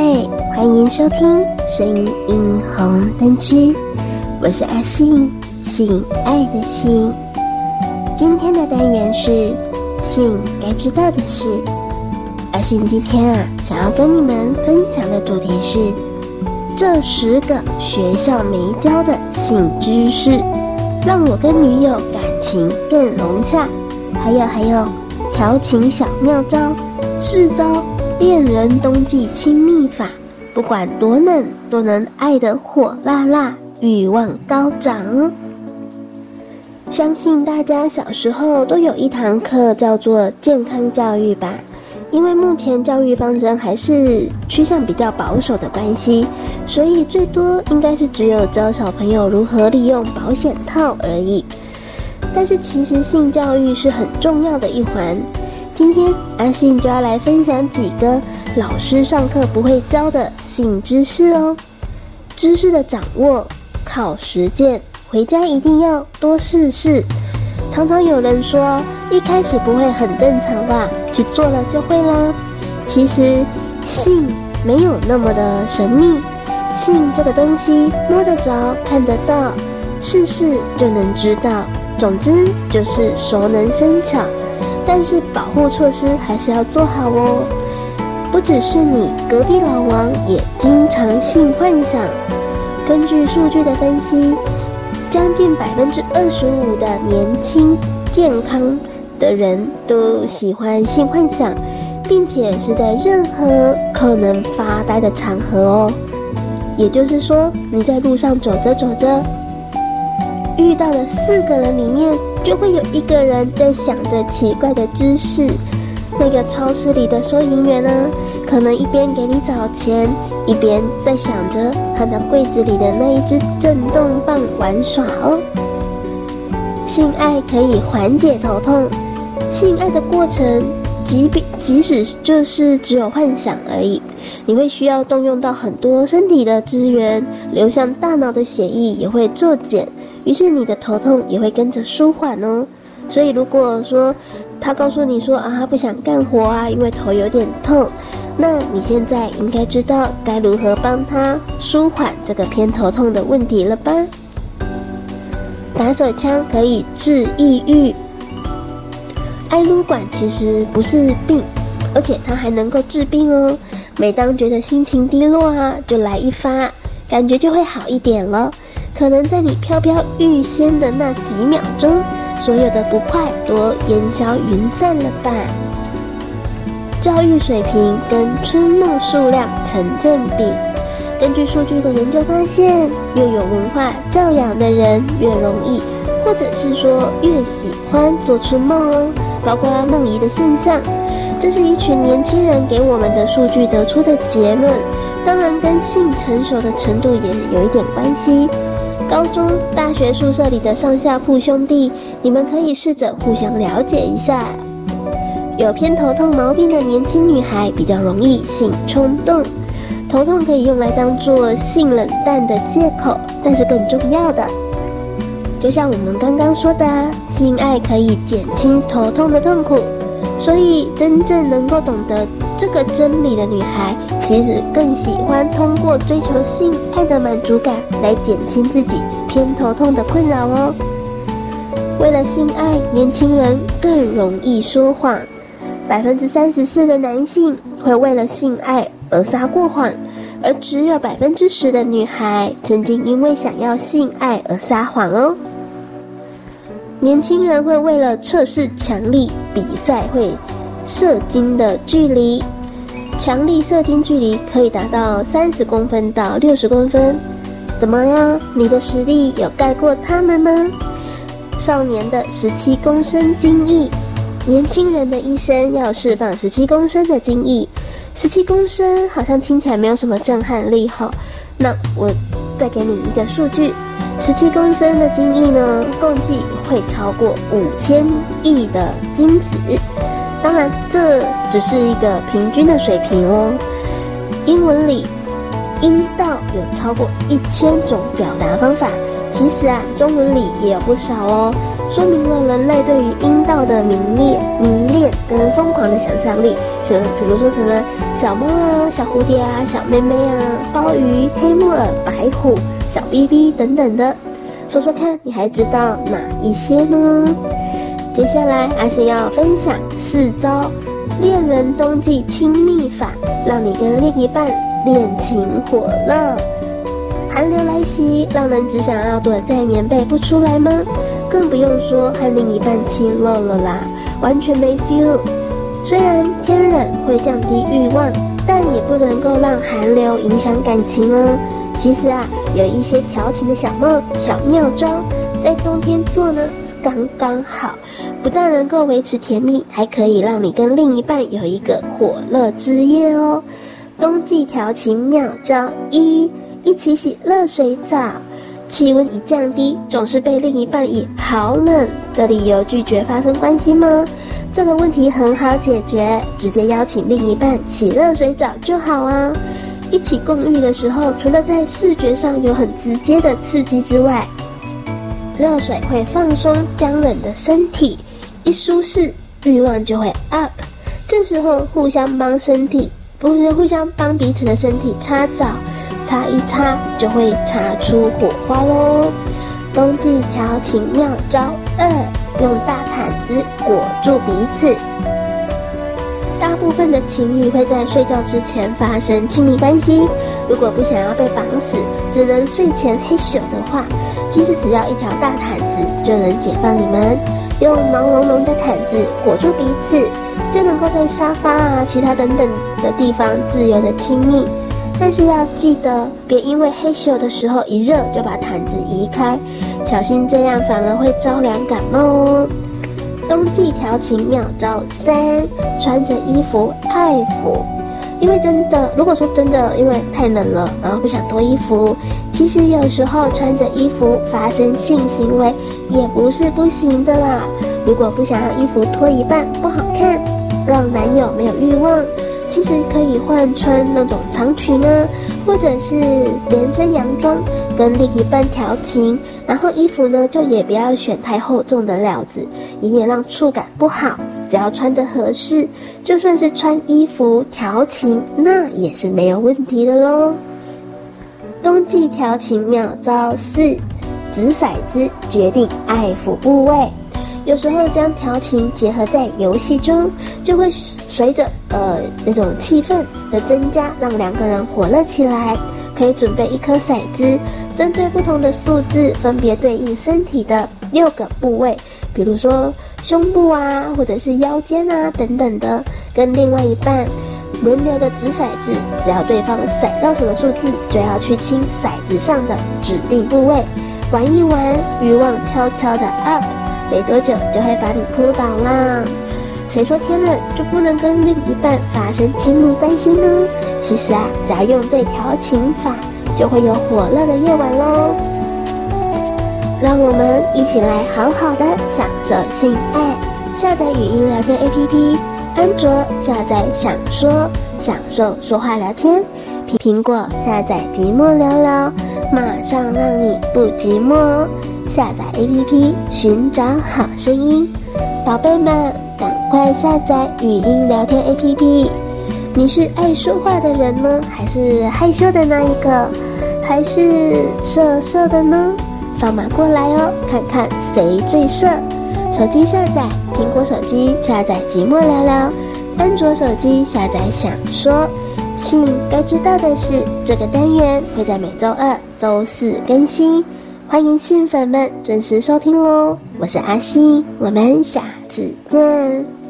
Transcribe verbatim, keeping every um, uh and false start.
贝，欢迎收听声音红灯区，我是阿信，性爱的性。今天的单元是性该知道的事。阿信今天啊，想要跟你们分享的主题是这十个学校没教的性知识，让我跟女友感情更融洽。还有还有，调情小妙招，试招恋人冬季亲密法，不管多冷都能爱得火辣辣，欲望高涨。相信大家小时候都有一堂课叫做健康教育吧，因为目前教育方针还是趋向比较保守的关系，所以最多应该是只有教小朋友如何利用保险套而已。但是其实性教育是很重要的一环，今天阿信就要来分享几个老师上课不会教的性知识哦。知识的掌握靠实践，回家一定要多试试。常常有人说一开始不会很正常吧，去做了就会啦。其实性没有那么的神秘，性这个东西摸得着看得到，试试就能知道。总之就是熟能生巧，但是保护措施还是要做好哦。不只是你，隔壁老王也经常性幻想。根据数据的分析，将近百分之二十五的年轻健康的人都喜欢性幻想，并且是在任何可能发呆的场合哦。也就是说，你在路上走着走着，遇到了四个人里面，就会有一个人在想着奇怪的知识。那个超市里的收银员呢，可能一边给你找钱，一边在想着和他柜子里的那一只震动棒玩耍哦。性爱可以缓解头痛，性爱的过程即便即使就是只有幻想而已，你会需要动用到很多身体的资源，流向大脑的血液也会骤减，于是你的头痛也会跟着舒缓哦。所以如果说他告诉你说啊，他不想干活啊，因为头有点痛，那你现在应该知道该如何帮他舒缓这个偏头痛的问题了吧？打手枪可以治抑郁，爱撸管其实不是病，而且它还能够治病哦。每当觉得心情低落啊，就来一发，感觉就会好一点了。可能在你飘飘欲仙的那几秒钟，所有的不快都烟消云散了吧。教育水平跟春梦数量成正比。根据数据的研究发现，越有文化教养的人越容易，或者是说越喜欢做春梦哦，包括梦遗的现象。这是一群年轻人给我们的数据得出的结论，当然跟性成熟的程度也有一点关系。高中、大学宿舍里的上下铺兄弟，你们可以试着互相了解一下。有偏头痛毛病的年轻女孩比较容易性冲动，头痛可以用来当做性冷淡的借口，但是更重要的，就像我们刚刚说的，性爱可以减轻头痛的痛苦，所以真正能够懂得这个真理的女孩，其实更喜欢通过追求性爱的满足感来减轻自己偏头痛的困扰哦。为了性爱，年轻人更容易说谎，百分之三十四的男性会为了性爱而撒过谎，而只有百分之十的女孩曾经因为想要性爱而撒谎哦。年轻人会为了测试强力比赛会射精的距离，强力射精距离可以达到三十公分到六十公分。怎么样？你的实力有盖过他们吗？少年的十七公升精液，年轻人的一生要释放十七公升的精液。十七公升好像听起来没有什么震撼力哈，那我再给你一个数据，十七公升的精液呢，共计会超过五千亿的精子。当然，这只是一个平均的水平哦。英文里，阴道有超过一千种表达方法，其实啊，中文里也有不少哦，说明了人类对于阴道的迷恋、迷恋跟疯狂的想象力， 就比如说什么小猫啊、小蝴蝶啊、小妹妹啊、鲍鱼、黑木耳、白虎、小 B B 等等的。说说看，你还知道哪一些呢？接下来阿信要分享四招恋人冬季亲密法，让你跟另一半恋情火热。寒流来袭，让人只想要躲在棉被不出来吗？更不用说和另一半亲热了啦，完全没 feel。虽然天冷会降低欲望，但也不能够让寒流影响感情哦。其实啊，有一些调情的小梦、小妙招，在冬天做呢刚刚好，不但能够维持甜蜜，还可以让你跟另一半有一个火热之夜哦。冬季调情妙招一，一起洗热水澡。气温一降低，总是被另一半以好冷的理由拒绝发生关系吗？这个问题很好解决，直接邀请另一半洗热水澡就好啊。一起共浴的时候，除了在视觉上有很直接的刺激之外，热水会放松僵冷的身体，一舒适，欲望就会 up。这时候互相帮身体，不是互相帮彼此的身体擦澡，擦一擦就会擦出火花咯。冬季调情妙招二，用大毯子裹住彼此。大部分的情侣会在睡觉之前发生亲密关系，如果不想要被绑死，只能睡前嘿咻的话，其实只要一条大毯子就能解放你们。用毛茸茸的毯子裹住彼此，就能够在沙发啊、其他等等的地方自由的亲密。但是要记得，别因为嘿咻的时候一热就把毯子移开，小心这样反而会着凉感冒哦。冬季调情妙招三，穿着衣服爱抚。因为真的，如果说真的因为太冷了，然后不想脱衣服，其实有时候穿着衣服发生性行为也不是不行的啦。如果不想让衣服脱一半不好看，让男友没有欲望，其实可以换穿那种长裙啊，或者是连身洋装，跟另一半调情。然后衣服呢，就也不要选太厚重的料子，以免让触感不好。只要穿得合适，就算是穿衣服调情，那也是没有问题的咯。冬季调情妙招四，掷骰子决定爱抚部位。有时候将调情结合在游戏中，就会随着呃那种气氛的增加，让两个人火热起来。可以准备一颗骰子，针对不同的数字，分别对应身体的六个部位，比如说胸部啊，或者是腰间啊等等的，跟另外一半轮流的掷骰子，只要对方骰到什么数字，就要去亲骰子上的指定部位。玩一玩，欲望悄悄的 up， 没多久就会把你扑倒啦。谁说天冷就不能跟另一半发生亲密关系呢？其实啊，只要用对调情法，就会有火热的夜晚咯。让我们一起来好好的享受性爱。下载语音聊天 A P P， 安卓下载享说，享受说话聊天；苹果下载寂寞聊聊，马上让你不寂寞哦。下载 A P P， 寻找好声音。宝贝们，赶快下载语音聊天 A P P。 你是爱说话的人呢，还是害羞的那一个，还是色色的呢？放马过来哦，看看谁最色。手机下载苹果手机下载寂寞聊聊，安卓手机下载享说。性该知道的事，这个单元会在每周二、周四更新，欢迎性粉们准时收听哦。我是阿信，我们下次见。